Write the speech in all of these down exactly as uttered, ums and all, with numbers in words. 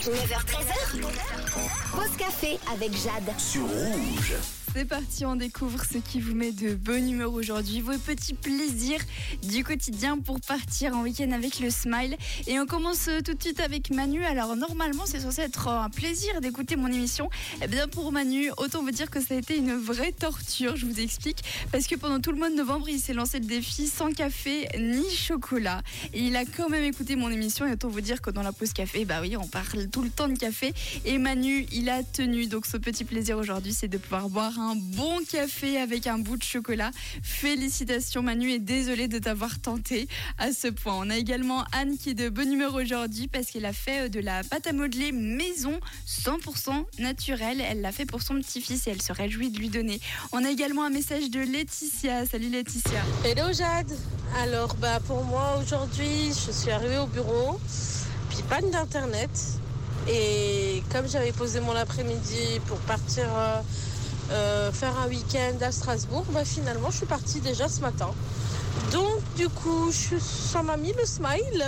neuf heures treize heures. Pause café avec Jade. Sur Rouge. C'est parti, on découvre ce qui vous met de bonne humeur aujourd'hui, vos petits plaisirs du quotidien pour partir en week-end avec le Smile. Et on commence tout de suite avec Manu. Alors normalement c'est censé être un plaisir d'écouter mon émission. Eh bien pour Manu, autant vous dire que ça a été une vraie torture, je vous explique. Parce que pendant tout le mois de novembre, il s'est lancé le défi sans café ni chocolat. Et il a quand même écouté mon émission et autant vous dire que dans la pause café, bah oui, on parle tout le temps de café. Et Manu, il a tenu. Donc ce petit plaisir aujourd'hui, c'est de pouvoir boire un bon café avec un bout de chocolat. Félicitations Manu et désolée de t'avoir tenté à ce point. On a également Anne qui est de bonne humeur aujourd'hui parce qu'elle a fait de la pâte à modeler maison cent pour cent naturelle. Elle l'a fait pour son petit-fils et elle se réjouit de lui donner. On a également un message de Laetitia. Salut Laetitia. Hello Jade. Alors bah pour moi aujourd'hui je suis arrivée au bureau, puis panne d'internet et comme j'avais posé mon après-midi pour partir euh, euh, faire un week-end à Strasbourg, bah finalement je suis partie déjà ce matin. Donc du coup je, ça m'a mis le smile.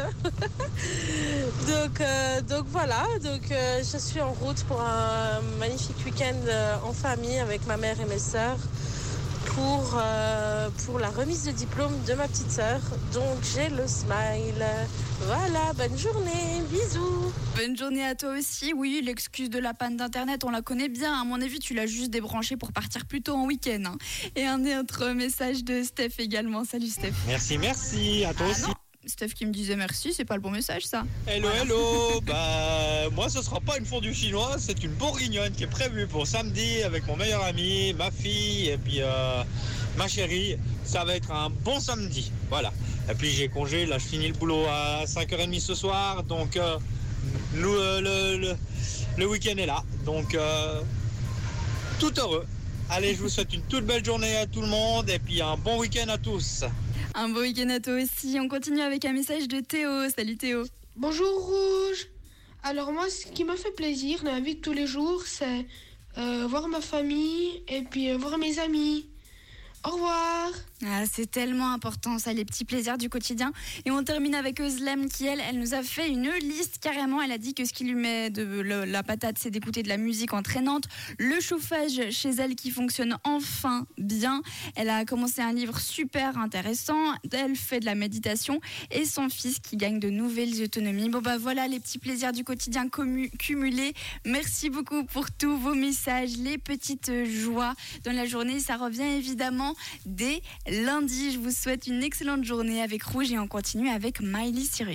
donc, euh, donc voilà, donc, euh, je suis en route pour un magnifique week-end euh, en famille avec ma mère et mes sœurs. Pour, euh, pour la remise de diplôme de ma petite sœur. Donc j'ai le smile. Voilà, bonne journée, bisous. Bonne journée à toi aussi. Oui, l'excuse de la panne d'internet, on la connaît bien. À mon avis, tu l'as juste débranché pour partir plus tôt en week-end. Hein. Et un autre message de Steph également. Salut Steph. Merci, merci, à toi Ah aussi. non. Steph qui me disait merci, c'est pas le bon message ça. Hello, hello. Bah, moi ce sera pas une fondue chinoise, c'est une bourguignonne qui est prévue pour samedi avec mon meilleur ami, ma fille et puis euh, ma chérie. Ça va être un bon samedi, voilà. Et puis j'ai congé, là je finis le boulot à cinq heures trente ce soir, donc euh, nous, euh, le, le, le week-end est là, donc euh, tout heureux. Allez, je vous souhaite une toute belle journée à tout le monde et puis un bon week-end à tous. Un beau week-end à toi aussi. On continue avec un message de Théo. Salut Théo. Bonjour Rouge. Alors moi, ce qui me fait plaisir dans la vie de tous les jours, c'est euh, voir ma famille et puis euh, voir mes amis. Au revoir. Ah, c'est tellement important ça, les petits plaisirs du quotidien. Et on termine avec Özlem qui elle, elle nous a fait une liste carrément. Elle a dit que ce qui lui met de le, la patate, c'est d'écouter de la musique entraînante, le chauffage chez elle qui fonctionne enfin bien. Elle a commencé un livre super intéressant. Elle fait de la méditation et son fils qui gagne de nouvelles autonomies. Bon bah voilà les petits plaisirs du quotidien commu- cumulés. Merci beaucoup pour tous vos messages, les petites joies dans la journée. Ça revient évidemment dès lundi. Je vous souhaite une excellente journée avec Rouge et on continue avec Miley Cyrus.